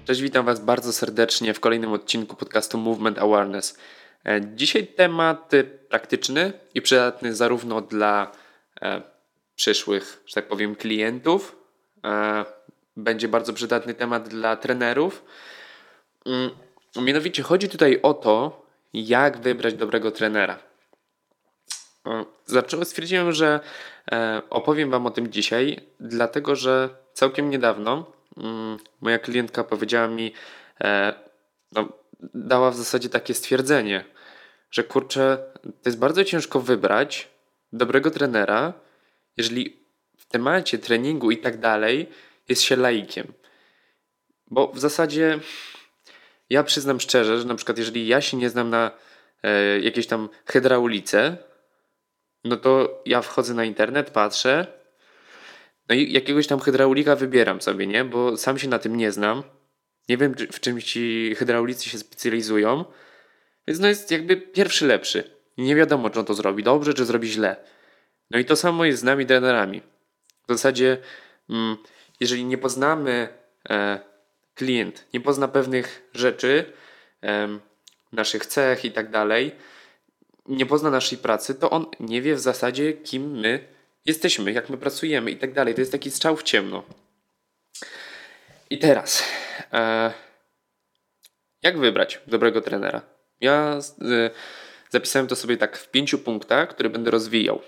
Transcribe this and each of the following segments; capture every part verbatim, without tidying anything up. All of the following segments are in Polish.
Cześć, witam Was bardzo serdecznie w kolejnym odcinku podcastu Movement Awareness. E, Dzisiaj temat e, praktyczny i przydatny zarówno dla e, przyszłych, że tak powiem, klientów. E, będzie bardzo przydatny temat dla trenerów. Mm, Mianowicie chodzi tutaj o to, jak wybrać dobrego trenera. E, Zaczęło, stwierdziłem, że e, opowiem Wam o tym dzisiaj, dlatego że całkiem niedawno mm, moja klientka powiedziała mi, e, no, dała w zasadzie takie stwierdzenie, że kurczę, to jest bardzo ciężko wybrać dobrego trenera, jeżeli w temacie treningu i tak dalej jest się laikiem. Bo w zasadzie ja przyznam szczerze, że na przykład jeżeli ja się nie znam na e, jakiejś tam hydraulice, no to ja wchodzę na internet, patrzę, no i jakiegoś tam hydraulika wybieram sobie, nie? Bo sam się na tym nie znam. Nie wiem, czy- w czym ci hydraulicy się specjalizują. Więc no jest jakby pierwszy lepszy. I nie wiadomo, czy on to zrobi dobrze, czy zrobi źle. No i to samo jest z nami trenerami. W zasadzie, mm, jeżeli nie poznamy, e, klient nie pozna pewnych rzeczy, em, naszych cech i tak dalej, nie pozna naszej pracy, to on nie wie w zasadzie, kim my jesteśmy, jak my pracujemy i tak dalej. To jest taki strzał w ciemno. I teraz, e, jak wybrać dobrego trenera? Ja e, zapisałem to sobie tak w pięciu punktach, które będę rozwijał.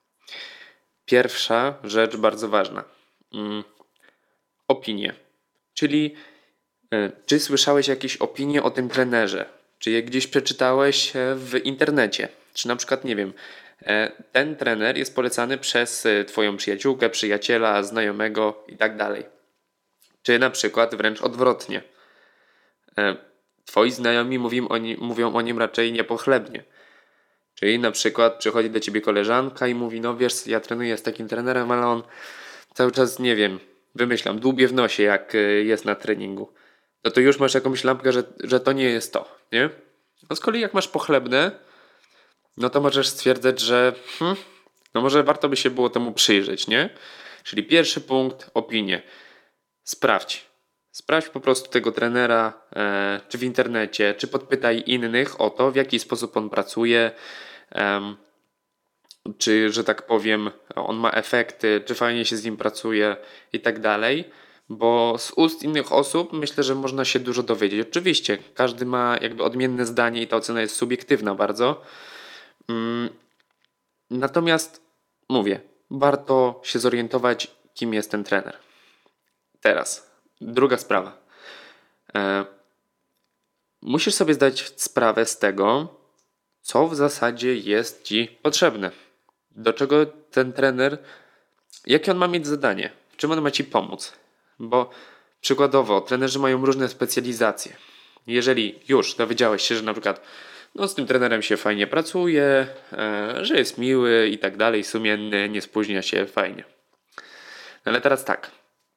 Pierwsza rzecz bardzo ważna. Mm, opinie. Czyli e, czy słyszałeś jakieś opinie o tym trenerze? Czy je gdzieś przeczytałeś e, w internecie? Czy na przykład, nie wiem, e, ten trener jest polecany przez e, twoją przyjaciółkę, przyjaciela, znajomego i tak dalej. Czy na przykład wręcz odwrotnie. E, Twoi znajomi mówią o, nim, mówią o nim raczej niepochlebnie. Czyli na przykład przychodzi do ciebie koleżanka i mówi, no wiesz, ja trenuję z takim trenerem, ale on cały czas, nie wiem, wymyślam, dłubie w nosie, jak y, jest na treningu. No to już masz jakąś lampkę, że, że to nie jest to, nie? No z kolei jak masz pochlebne, no to możesz stwierdzać, że hmm, no może warto by się było temu przyjrzeć, nie? Czyli pierwszy punkt, opinie. Sprawdź. Sprawdź po prostu tego trenera, e, czy w internecie, czy podpytaj innych o to, w jaki sposób on pracuje, em, czy, że tak powiem, on ma efekty, czy fajnie się z nim pracuje i tak dalej. Bo z ust innych osób myślę, że można się dużo dowiedzieć. Oczywiście, każdy ma jakby odmienne zdanie i ta ocena jest subiektywna bardzo. Mm, Natomiast mówię, warto się zorientować, kim jest ten trener. Teraz, druga sprawa. E, musisz sobie zdać sprawę z tego, co w zasadzie jest ci potrzebne. Do czego ten trener, jakie on ma mieć zadanie, w czym on ma ci pomóc. Bo przykładowo, trenerzy mają różne specjalizacje. Jeżeli już dowiedziałeś się, że na przykład no, z tym trenerem się fajnie pracuje, e, że jest miły i tak dalej, sumienny, nie spóźnia się, fajnie. No ale teraz tak.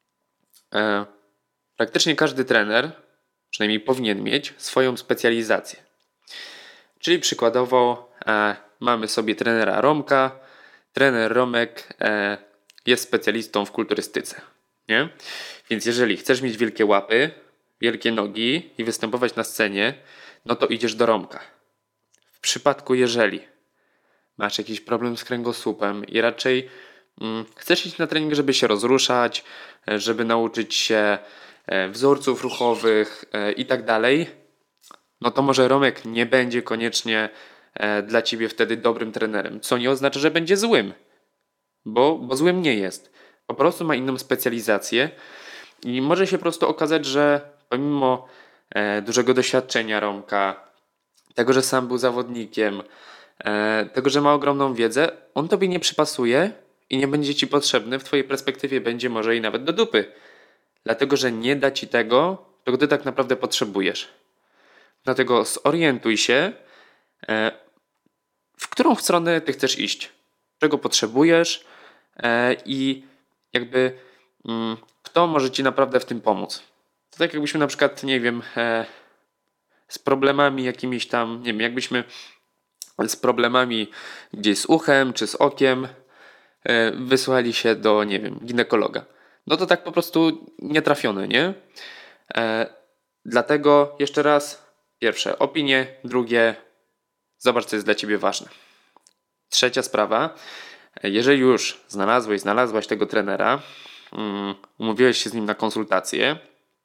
E, praktycznie każdy trener, przynajmniej powinien mieć swoją specjalizację. Czyli przykładowo e, mamy sobie trenera Romka. Trener Romek e, jest specjalistą w kulturystyce. Nie? Więc jeżeli chcesz mieć wielkie łapy, wielkie nogi i występować na scenie, no to idziesz do Romka. W przypadku jeżeli masz jakiś problem z kręgosłupem i raczej mm, chcesz iść na trening, żeby się rozruszać, e, żeby nauczyć się e, wzorców ruchowych e, i tak dalej, no to może Romek nie będzie koniecznie e, dla ciebie wtedy dobrym trenerem. Co nie oznacza, że będzie złym. Bo, bo złym nie jest. Po prostu ma inną specjalizację i może się po prostu okazać, że pomimo e, dużego doświadczenia Romka, tego, że sam był zawodnikiem, e, tego, że ma ogromną wiedzę, on tobie nie przypasuje i nie będzie ci potrzebny, w twojej perspektywie będzie może i nawet do dupy. Dlatego, że nie da ci tego, czego ty tak naprawdę potrzebujesz. Dlatego zorientuj się, e, w którą stronę ty chcesz iść, czego potrzebujesz e, i jakby mm, kto może ci naprawdę w tym pomóc. To tak jakbyśmy na przykład, nie wiem, e, z problemami jakimiś tam, nie wiem, jakbyśmy z problemami gdzieś z uchem czy z okiem e, wysłali się do, nie wiem, ginekologa. No to tak po prostu nie trafione, nie? E, Dlatego jeszcze raz, pierwsze opinie, drugie zobacz, co jest dla Ciebie ważne. Trzecia sprawa, jeżeli już znalazłeś, znalazłaś tego trenera, um, umówiłeś się z nim na konsultację,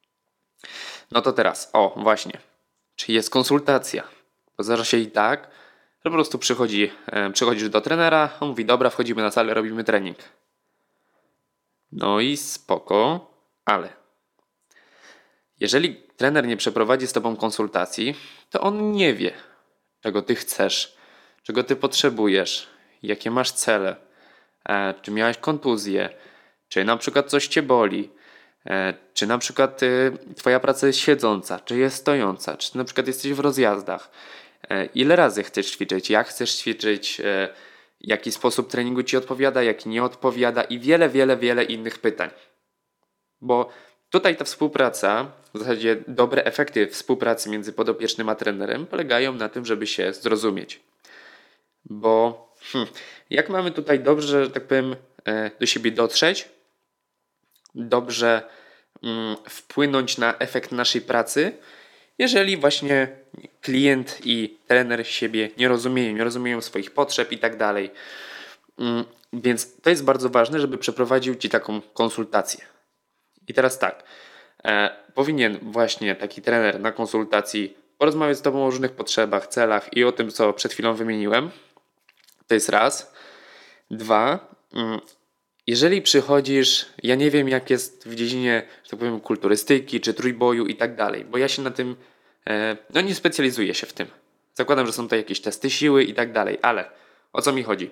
no to teraz, o właśnie, czy jest konsultacja? Bo zdarza się i tak, że po prostu przychodzi, e, przychodzisz do trenera, on mówi, dobra, wchodzimy na salę, robimy trening. No i spoko, ale jeżeli trener nie przeprowadzi z Tobą konsultacji, to on nie wie, czego Ty chcesz, czego Ty potrzebujesz, jakie masz cele, e, czy miałeś kontuzję, czy na przykład coś Cię boli, e, czy na przykład y, Twoja praca jest siedząca, czy jest stojąca, czy na przykład jesteś w rozjazdach. E, ile razy chcesz ćwiczyć, jak chcesz ćwiczyć, e, jaki sposób treningu Ci odpowiada, jaki nie odpowiada i wiele, wiele, wiele innych pytań. Bo tutaj ta współpraca, w zasadzie dobre efekty współpracy między podopiecznym a trenerem polegają na tym, żeby się zrozumieć. Bo hmm, jak mamy tutaj dobrze, że tak powiem, e, do siebie dotrzeć, dobrze mm, wpłynąć na efekt naszej pracy, jeżeli właśnie klient i trener siebie nie rozumieją, nie rozumieją swoich potrzeb i tak dalej. Mm, Więc to jest bardzo ważne, żeby przeprowadził Ci taką konsultację. I teraz tak, e, powinien właśnie taki trener na konsultacji porozmawiać z Tobą o różnych potrzebach, celach i o tym, co przed chwilą wymieniłem. To jest raz. Dwa, mm, jeżeli przychodzisz, ja nie wiem jak jest w dziedzinie, że tak powiem, kulturystyki czy trójboju i tak dalej, bo ja się na tym, e, no nie specjalizuję się w tym. Zakładam, że są to jakieś testy siły i tak dalej, ale o co mi chodzi?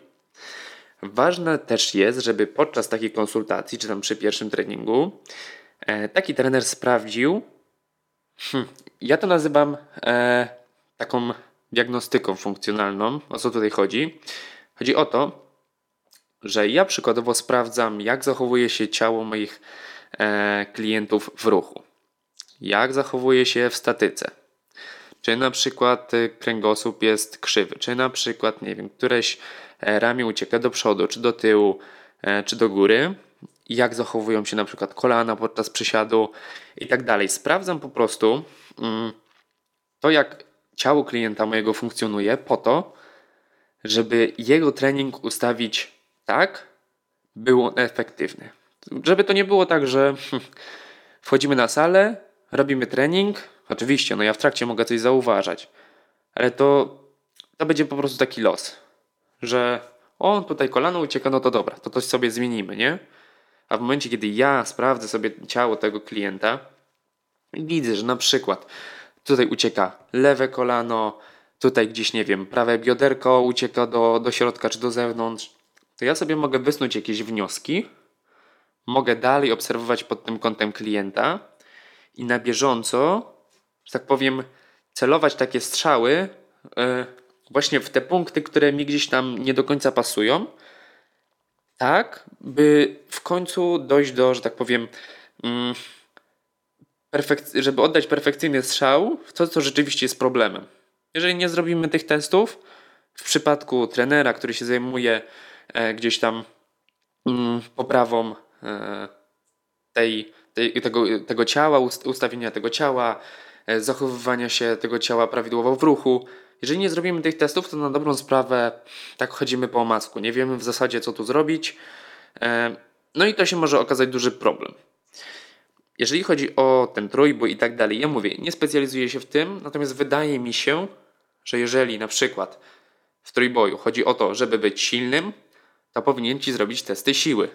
Ważne też jest, żeby podczas takiej konsultacji, czy tam przy pierwszym treningu, e, taki trener sprawdził, hmm, ja to nazywam e, taką diagnostyką funkcjonalną. O co tutaj chodzi? Chodzi o to, że ja przykładowo sprawdzam, jak zachowuje się ciało moich e, klientów w ruchu, jak zachowuje się w statyce, czy na przykład e, kręgosłup jest krzywy, czy na przykład, nie wiem, któreś e, ramię ucieka do przodu, czy do tyłu, e, czy do góry, jak zachowują się na przykład kolana podczas przysiadu i tak dalej. Sprawdzam po prostu mm, to, jak ciało klienta mojego funkcjonuje po to, żeby jego trening ustawić tak, był on efektywny. Żeby to nie było tak, że hmm, wchodzimy na salę, robimy trening. Oczywiście, no ja w trakcie mogę coś zauważać, ale to, to będzie po prostu taki los, że o, tutaj kolano ucieka, no to dobra, to coś sobie zmienimy, nie? A w momencie, kiedy ja sprawdzę sobie ciało tego klienta i widzę, że na przykład tutaj ucieka lewe kolano, tutaj gdzieś, nie wiem, prawe bioderko ucieka do, do środka czy do zewnątrz, to ja sobie mogę wysnuć jakieś wnioski, mogę dalej obserwować pod tym kątem klienta i na bieżąco, że tak powiem, celować takie strzały yy, właśnie w te punkty, które mi gdzieś tam nie do końca pasują, tak, by w końcu dojść do, że tak powiem, yy, perfek- żeby oddać perfekcyjny strzał w to, co rzeczywiście jest problemem. Jeżeli nie zrobimy tych testów, w przypadku trenera, który się zajmuje e, gdzieś tam mm, poprawą e, tej, tej, tego, tego ciała, ustawienia tego ciała, e, zachowywania się tego ciała prawidłowo w ruchu. Jeżeli nie zrobimy tych testów, to na dobrą sprawę tak chodzimy po omacku. Nie wiemy w zasadzie, co tu zrobić. E, no i to się może okazać duży problem. Jeżeli chodzi o ten trójbój i tak dalej, ja mówię, nie specjalizuję się w tym, natomiast wydaje mi się, że jeżeli na przykład w trójboju chodzi o to, żeby być silnym, to powinien Ci zrobić testy siły.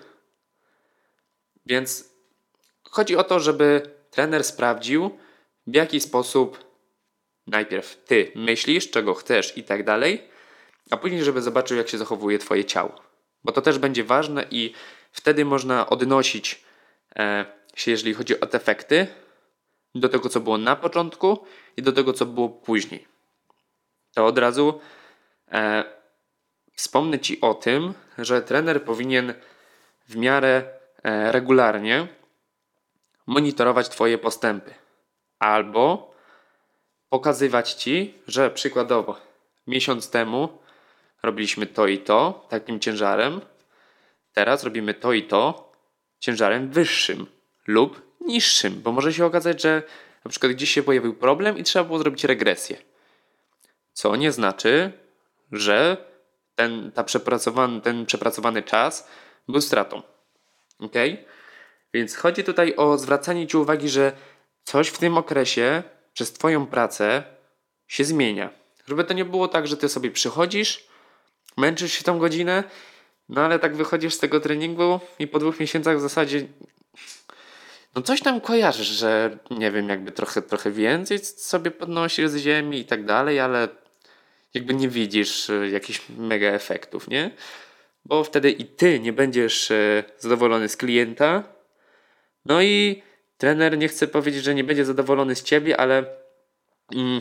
Więc chodzi o to, żeby trener sprawdził, w jaki sposób najpierw Ty myślisz, czego chcesz i tak dalej, a później, żeby zobaczył, jak się zachowuje Twoje ciało. Bo to też będzie ważne i wtedy można odnosić e, się, jeżeli chodzi o te efekty, do tego, co było na początku i do tego, co było później. To od razu e, wspomnę Ci o tym, że trener powinien w miarę e, regularnie monitorować Twoje postępy. Albo pokazywać Ci, że przykładowo miesiąc temu robiliśmy to i to takim ciężarem, teraz robimy to i to ciężarem wyższym lub niższym, bo może się okazać, że Na przykład gdzieś się pojawił problem i trzeba było zrobić regresję. Co nie znaczy, że ten, ta przepracowany, ten przepracowany czas był stratą. Ok? Więc chodzi tutaj o zwracanie Ci uwagi, że coś w tym okresie przez Twoją pracę się zmienia. Żeby to nie było tak, że Ty sobie przychodzisz, męczysz się tą godzinę, no ale tak wychodzisz z tego treningu i po dwóch miesiącach w zasadzie no coś tam kojarzysz, że nie wiem, jakby trochę, trochę więcej sobie podnosisz z ziemi i tak dalej, ale jakby nie widzisz y, jakichś mega efektów, nie? Bo wtedy i ty nie będziesz y, zadowolony z klienta, no i trener nie chce powiedzieć, że nie będzie zadowolony z ciebie, ale mm,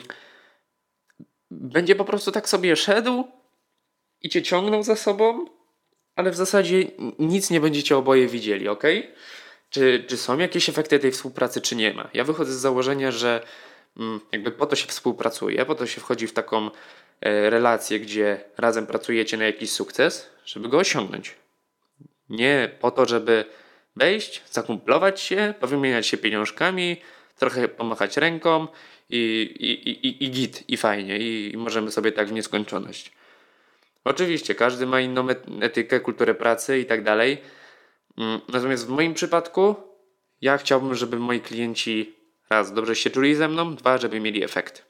będzie po prostu tak sobie szedł i cię ciągnął za sobą, ale w zasadzie nic nie będziecie oboje widzieli, ok? Czy, czy są jakieś efekty tej współpracy, czy nie ma? Ja wychodzę z założenia, że mm, jakby po to się współpracuje, po to się wchodzi w taką e, relację, gdzie razem pracujecie na jakiś sukces, żeby go osiągnąć. Nie po to, żeby wejść, zakumplować się, powymieniać się pieniążkami, trochę pomachać ręką i, i, i, i, i git, i fajnie, i, i możemy sobie tak w nieskończoność. Oczywiście, każdy ma inną etykę, kulturę pracy i tak dalej. Natomiast w moim przypadku ja chciałbym, żeby moi klienci raz, dobrze się czuli ze mną, dwa, żeby mieli efekt.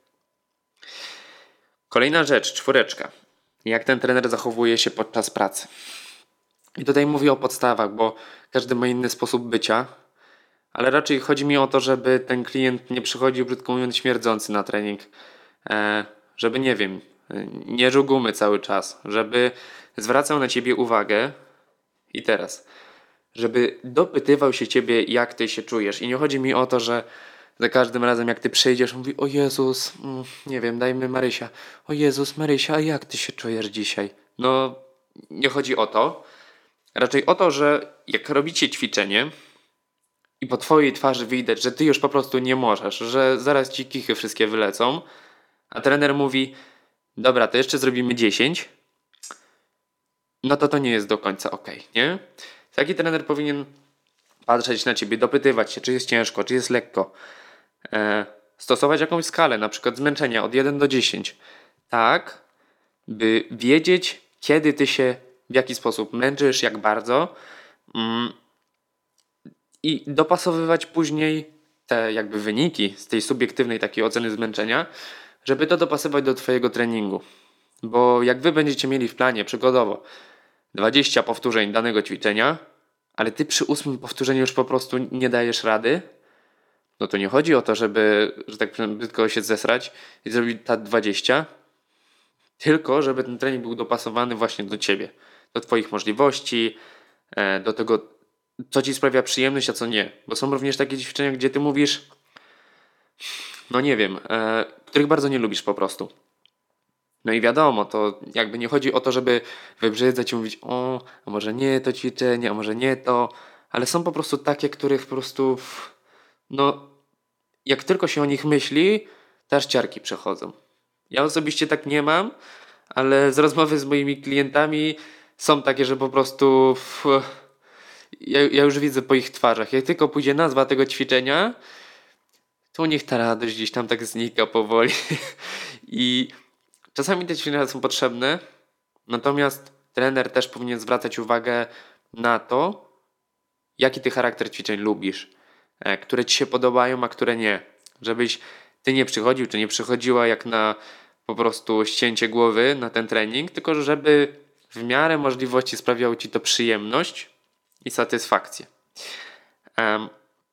Kolejna rzecz, czwóreczka. Jak ten trener zachowuje się podczas pracy. I tutaj mówię o podstawach, bo każdy ma inny sposób bycia, ale raczej chodzi mi o to, żeby ten klient nie przychodził, brzydko mówiąc, śmierdzący na trening. E, żeby, nie wiem, nie żył gumy cały czas, żeby zwracał na ciebie uwagę. I teraz, żeby dopytywał się ciebie, jak ty się czujesz. I nie chodzi mi o to, że za każdym razem, jak ty przyjdziesz, mówi: o Jezus, mm, nie wiem, dajmy Marysia. O Jezus, Marysia, a jak ty się czujesz dzisiaj? No, nie chodzi o to. Raczej o to, że jak robicie ćwiczenie i po twojej twarzy widać, że ty już po prostu nie możesz, że zaraz ci kichy wszystkie wylecą, a trener mówi: dobra, to jeszcze zrobimy dziesięć, no to to nie jest do końca okej, okay, nie? Taki trener powinien patrzeć na ciebie, dopytywać się, czy jest ciężko, czy jest lekko. E, stosować jakąś skalę, na przykład zmęczenia od jeden do dziesięciu. Tak, by wiedzieć, kiedy ty się w jaki sposób męczysz, jak bardzo. Mm, I dopasowywać później te jakby wyniki z tej subiektywnej takiej oceny zmęczenia, żeby to dopasować do twojego treningu. Bo jak wy będziecie mieli w planie przykładowo dwadzieścia powtórzeń danego ćwiczenia, ale ty przy ósmym powtórzeniu już po prostu nie dajesz rady, no to nie chodzi o to, żeby, że tak powiem, brzydko się zesrać i zrobić ta dwadzieścia, tylko żeby ten trening był dopasowany właśnie do ciebie, do twoich możliwości, do tego, co ci sprawia przyjemność, a co nie. Bo są również takie ćwiczenia, gdzie ty mówisz, no nie wiem, których bardzo nie lubisz po prostu. No i wiadomo, to jakby nie chodzi o to, żeby wybrzydzać i mówić: o, a może nie to ćwiczenie, a może nie to, ale są po prostu takie, których po prostu, no, jak tylko się o nich myśli, to aż ciarki przechodzą. Ja osobiście tak nie mam, ale z rozmowy z moimi klientami są takie, że po prostu ja, ja już widzę po ich twarzach. Jak tylko pójdzie nazwa tego ćwiczenia, to u nich ta radość gdzieś tam tak znika powoli. I czasami te ćwiczenia są potrzebne, natomiast trener też powinien zwracać uwagę na to, jaki ty charakter ćwiczeń lubisz, które ci się podobają, a które nie. Żebyś ty nie przychodził, czy nie przychodziła jak na po prostu ścięcie głowy na ten trening, tylko żeby w miarę możliwości sprawiało ci to przyjemność i satysfakcję. Um,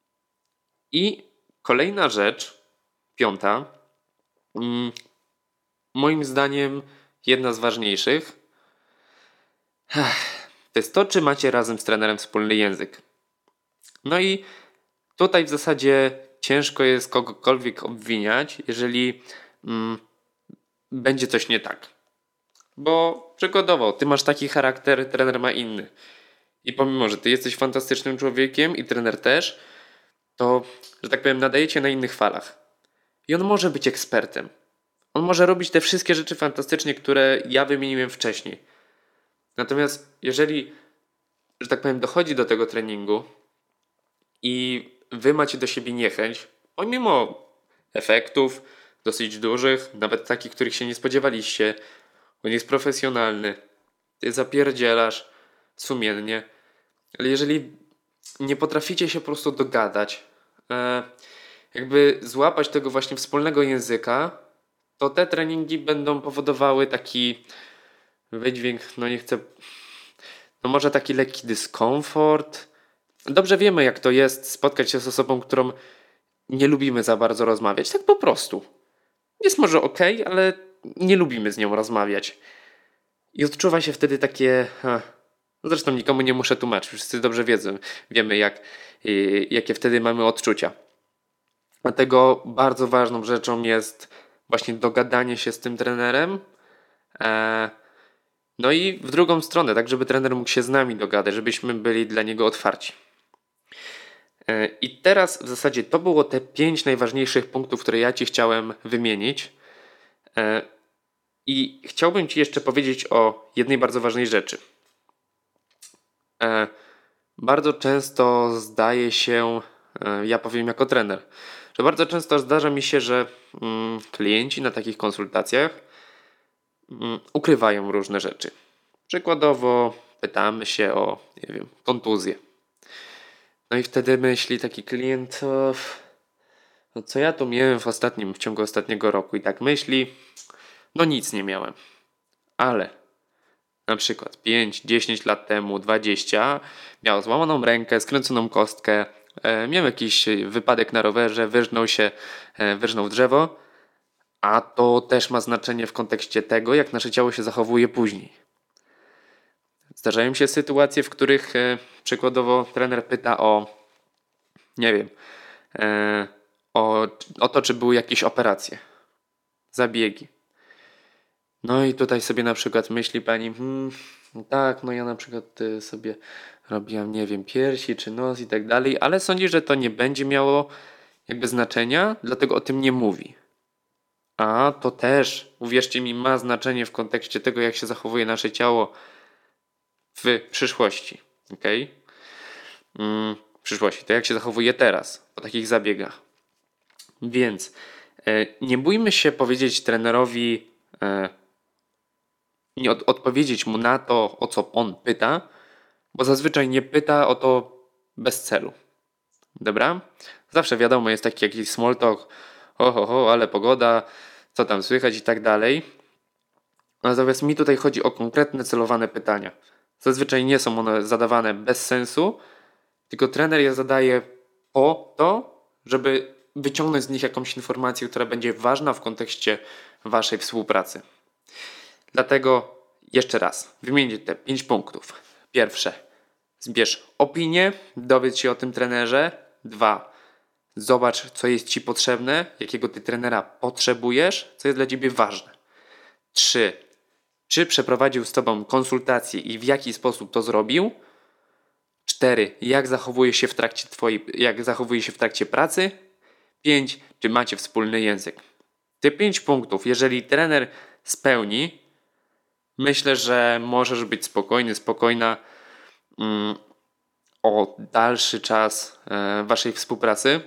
I kolejna rzecz, piąta, um, moim zdaniem jedna z ważniejszych, to jest to, czy macie razem z trenerem wspólny język. No i tutaj w zasadzie ciężko jest kogokolwiek obwiniać, jeżeli mm, będzie coś nie tak. Bo przykładowo, ty masz taki charakter, trener ma inny. I pomimo, że ty jesteś fantastycznym człowiekiem i trener też, to, że tak powiem, nadajecie na innych falach. I on może być ekspertem. On może robić te wszystkie rzeczy fantastycznie, które ja wymieniłem wcześniej. Natomiast jeżeli, że tak powiem, dochodzi do tego treningu i wy macie do siebie niechęć, pomimo efektów dosyć dużych, nawet takich, których się nie spodziewaliście. On jest profesjonalny. Ty zapierdzielasz sumiennie. Ale jeżeli nie potraficie się po prostu dogadać, e, jakby złapać tego właśnie wspólnego języka, to te treningi będą powodowały taki wydźwięk, no nie chcę, no może taki lekki dyskomfort. Dobrze wiemy, jak to jest spotkać się z osobą, którą nie lubimy za bardzo rozmawiać. Tak po prostu. Jest może okej, ale nie lubimy z nią rozmawiać. I odczuwa się wtedy takie... Ha, zresztą nikomu nie muszę tłumaczyć. Wszyscy dobrze wiedzą. Wiemy, jak, y, jakie wtedy mamy odczucia. Dlatego bardzo ważną rzeczą jest właśnie dogadanie się z tym trenerem. E, no i w drugą stronę, tak żeby trener mógł się z nami dogadać, żebyśmy byli dla niego otwarci. E, I teraz w zasadzie to było te pięć najważniejszych punktów, które ja Ci chciałem wymienić. E, I chciałbym Ci jeszcze powiedzieć o jednej bardzo ważnej rzeczy. E, bardzo często zdaje się, e, ja powiem jako trener, że bardzo często zdarza mi się, że mm, klienci na takich konsultacjach mm, ukrywają różne rzeczy. Przykładowo pytamy się o, nie wiem, kontuzję. No i wtedy myśli taki klient, o, no co ja tu miałem w ostatnim, w ciągu ostatniego roku, i tak myśli, no nic nie miałem. Ale na przykład pięć, dziesięć lat temu, dwadzieścia, miał złamaną rękę, skręconą kostkę, e, miał jakiś wypadek na rowerze, wyrżnął się, e, wyrżnął drzewo, a to też ma znaczenie w kontekście tego, jak nasze ciało się zachowuje później. Zdarzają się sytuacje, w których e, przykładowo trener pyta o, nie wiem, e, o, o to, czy były jakieś operacje, zabiegi. No i tutaj sobie na przykład myśli pani, hmm, no tak, no ja na przykład y, sobie robiłam, nie wiem, piersi czy nos i tak dalej, ale sądzi, że to nie będzie miało jakby znaczenia, dlatego o tym nie mówi. A to też, uwierzcie mi, ma znaczenie w kontekście tego, jak się zachowuje nasze ciało w przyszłości. Okej? Mm, w przyszłości, to jak się zachowuje teraz, po takich zabiegach. Więc e, nie bójmy się powiedzieć trenerowi, e, nie od, odpowiedzieć mu na to, o co on pyta, bo zazwyczaj nie pyta o to bez celu. Dobra? Zawsze wiadomo, jest taki jakiś small talk, ho, ho, ho, ale pogoda, co tam słychać i tak dalej. Natomiast mi tutaj chodzi o konkretne, celowane pytania. Zazwyczaj nie są one zadawane bez sensu, tylko trener je zadaje po to, żeby wyciągnąć z nich jakąś informację, która będzie ważna w kontekście waszej współpracy. Dlatego jeszcze raz wymienię te pięć punktów. Pierwsze, zbierz opinię, dowiedz się o tym trenerze. Dwa, zobacz, co jest ci potrzebne, jakiego ty trenera potrzebujesz, co jest dla ciebie ważne. Trzy, czy przeprowadził z tobą konsultację i w jaki sposób to zrobił. Cztery, jak zachowuje się w trakcie twojej, jak zachowuje się w trakcie pracy. Pięć, czy macie wspólny język. Te pięć punktów, jeżeli trener spełni, myślę, że możesz być spokojny, spokojna mm, o dalszy czas e, waszej współpracy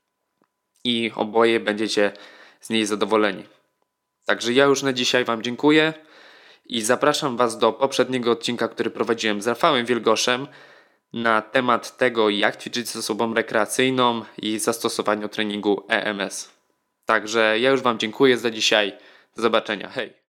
i oboje będziecie z niej zadowoleni. Także ja już na dzisiaj wam dziękuję i zapraszam was do poprzedniego odcinka, który prowadziłem z Rafałem Wielgoszem na temat tego, jak ćwiczyć z osobą rekreacyjną i zastosowaniu treningu E M S. Także ja już wam dziękuję za dzisiaj. Do zobaczenia. Hej!